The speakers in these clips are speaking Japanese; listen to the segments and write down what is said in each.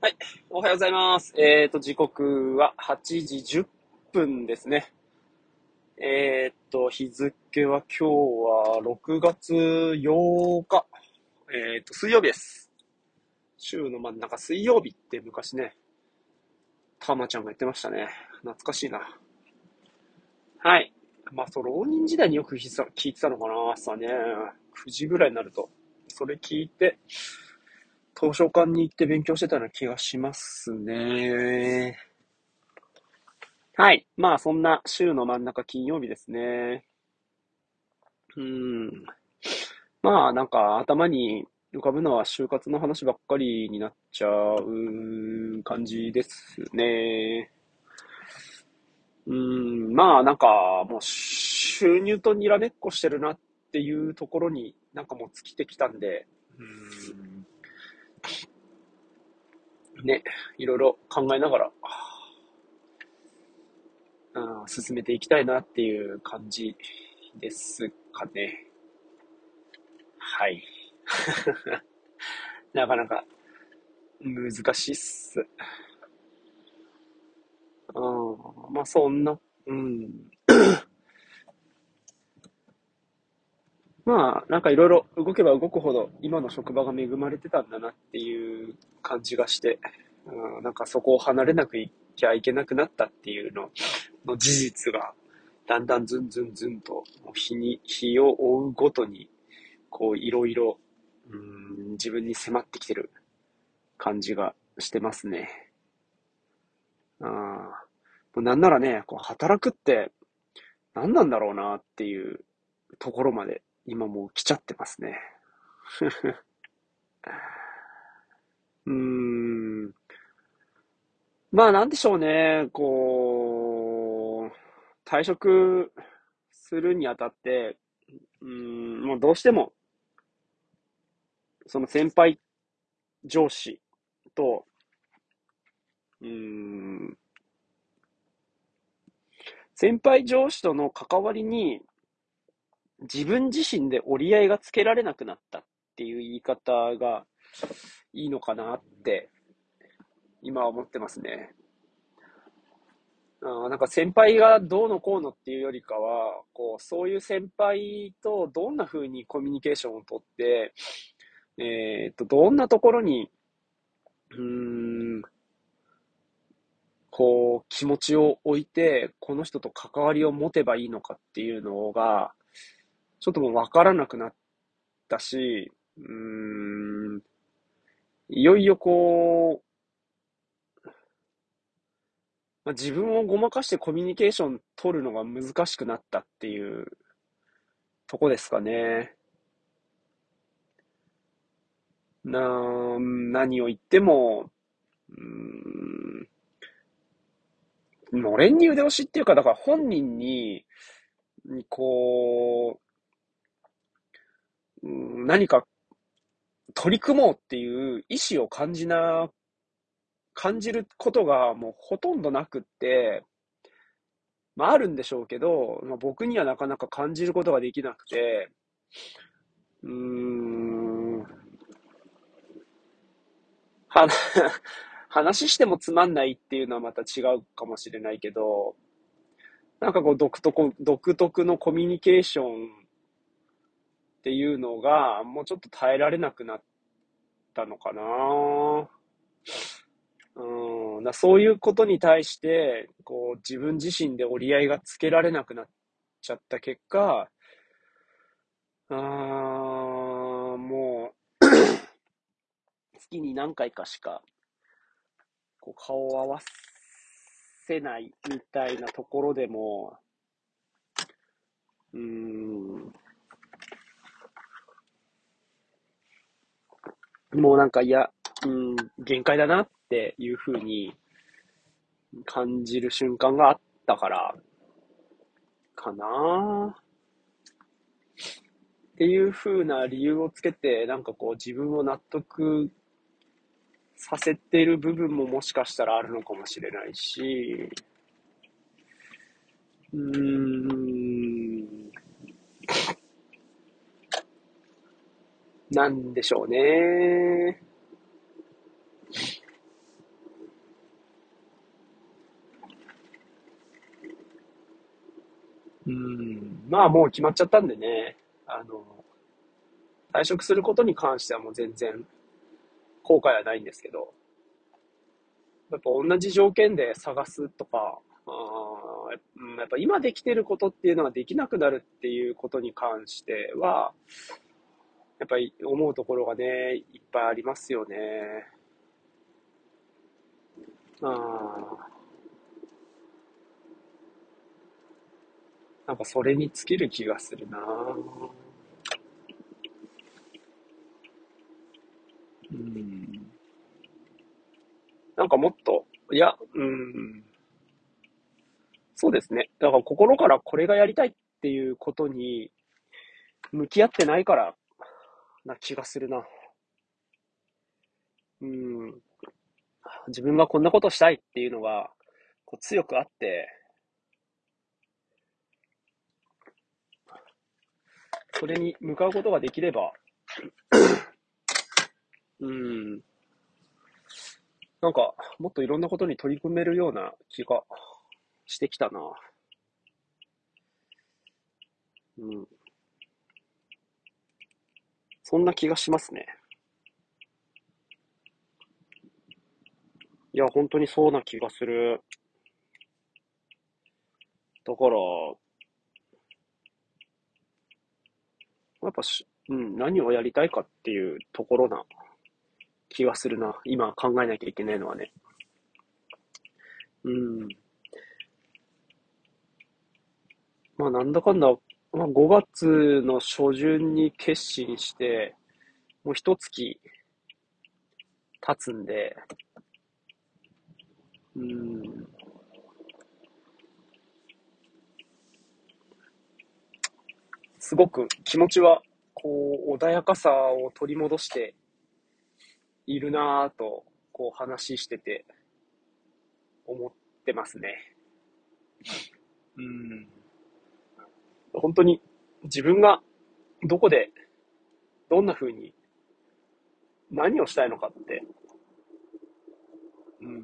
はい、おはようございます。時刻は8時10分ですね。日付は今日は6月8日、水曜日です。週の真ん中水曜日って昔ね、たまちゃんが言ってましたね。懐かしいな。はい。まあ、浪人時代によく聞いてたのかな、朝ね。9時ぐらいになると。それ聞いて、図書館に行って勉強してたような気がしますね。はい。まあ、そんな週の真ん中金曜日ですね。うん。まあ、なんか頭に浮かぶのは就活の話ばっかりになっちゃう感じですね。まあ、なんかもう収入とにらめっこしてるなっていうところになんかもう尽きてきたんで、ね、いろいろ考えながら、進めていきたいなっていう感じですかね。はい。なかなか難しいっす。まあそんな、うん。まあなんかいろいろ動けば動くほど今の職場が恵まれてたんだなっていう感じがして、なんかそこを離れなくいきゃいけなくなったっていうの事実がだんだんずんずんずんと日を追うごとにこういろいろ自分に迫ってきてる感じがしてますね。もうなんならね、こう働くって何なんだろうなっていうところまで今もう来ちゃってますね。うーん。まあなんでしょうね。こう、退職するにあたって、もうどうしても、その先輩上司と、うーん、先輩上司との関わりに自分自身で折り合いがつけられなくなったっていう言い方がいいのかなって今は思ってますね。なんか先輩がどうのこうのっていうよりかは、こう、そういう先輩とどんな風にコミュニケーションをとって、どんなところに、うーん、こう、気持ちを置いて、この人と関わりを持てばいいのかっていうのが、ちょっともうわからなくなったし、いよいよこう、まあ、自分をごまかしてコミュニケーション取るのが難しくなったっていうとこですかね。何を言っても、うーん、のれんに腕押しっていうか、だから本人にこう、何か取り組もうっていう意思を感じることがもうほとんどなくって、まああるんでしょうけど、まあ、僕にはなかなか感じることができなくて、うーん、は、話してもつまんないっていうのはまた違うかもしれないけど、なんかこう独特のコミュニケーションっていうのが、もうちょっと耐えられなくなったのかな。そういうことに対して、こう自分自身で折り合いがつけられなくなっちゃった結果、もう月に何回かしかこう顔を合わせないみたいなところでも、うーん、もうなんか限界だなっていうふうに感じる瞬間があったからかなっていうふうな理由をつけて、なんかこう自分を納得させてる部分ももしかしたらあるのかもしれないし、うーん、なんでしょうね。 まあもう決まっちゃったんでね、あの、退職することに関してはもう全然後悔はないんですけど、やっぱ同じ条件で探すとか、やっぱ今できてることっていうのはできなくなるっていうことに関しては、やっぱり思うところがね、いっぱいありますよね。あーなんかそれに尽きる気がするな。うん。なんかもっと、いや、そうですね。だから心からこれがやりたいっていうことに向き合ってないからな気がするな。うん。自分がこんなことしたいっていうのがこう強くあって、それに向かうことができれば、うん、なんかもっといろんなことに取り組めるような気がしてきたな。うん。そんな気がしますね。いや、本当にそうな気がする。だから、やっぱ何をやりたいかっていうところな気がするな。今考えなきゃいけないのはね。うん。まあなんだかんだ、まあ、5月の初旬に決心して、もう一月経つんで、うん、すごく気持ちは、こう、穏やかさを取り戻しているなぁと、こう話してて思ってますね。うん。本当に自分がどこで、どんな風に、何をしたいのかって、うん、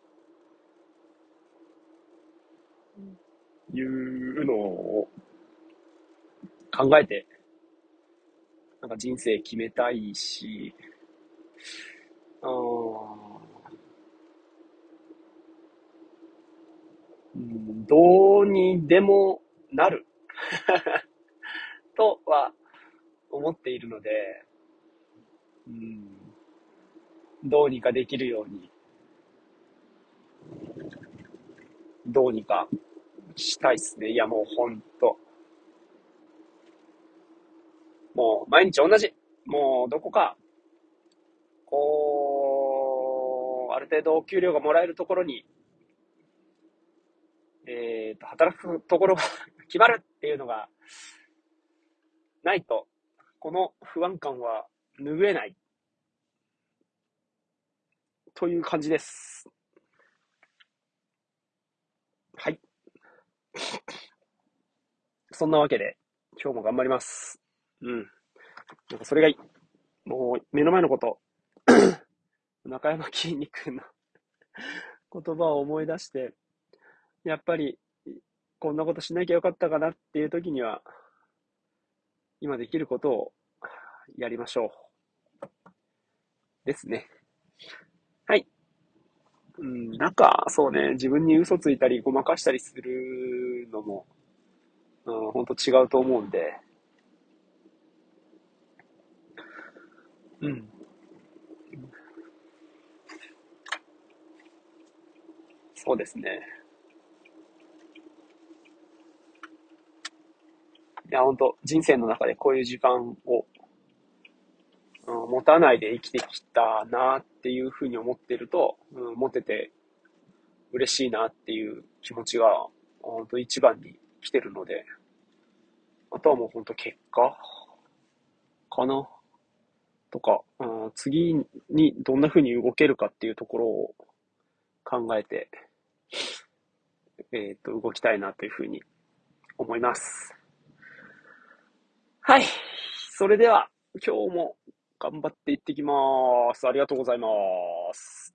いうのを考えて、なんか人生決めたいし、あどうにでもなるとは思っているので、うん、どうにかできるように、どうにかしたいっすね。いや、もうほんと。もう毎日同じ。もうどこか、こう、ある程度お給料がもらえるところに、働くところが決まるっていうのがないと、この不安感は拭えないという感じです。はい。そんなわけで、今日も頑張ります。うん。なんかそれがいい。もう目の前のこと、中山きんに君の言葉を思い出して、やっぱりこんなことしなきゃよかったかなっていう時には、今できることをやりましょう。ですね。はい。うん、なんか、そうね、自分に嘘ついたりごまかしたりするのも、うん、ほんと違うと思うんで、うん、そうですね。いや、ほんと、人生の中でこういう時間を、持たないで生きてきたなっていうふうに思ってると、持てて嬉しいなっていう気持ちが、本当一番に来てるので、あとはもう本当結果かなとか、次にどんな風に動けるかっていうところを考えて、動きたいなというふうに思います。はい。それでは、今日も頑張っていってきます。ありがとうございます。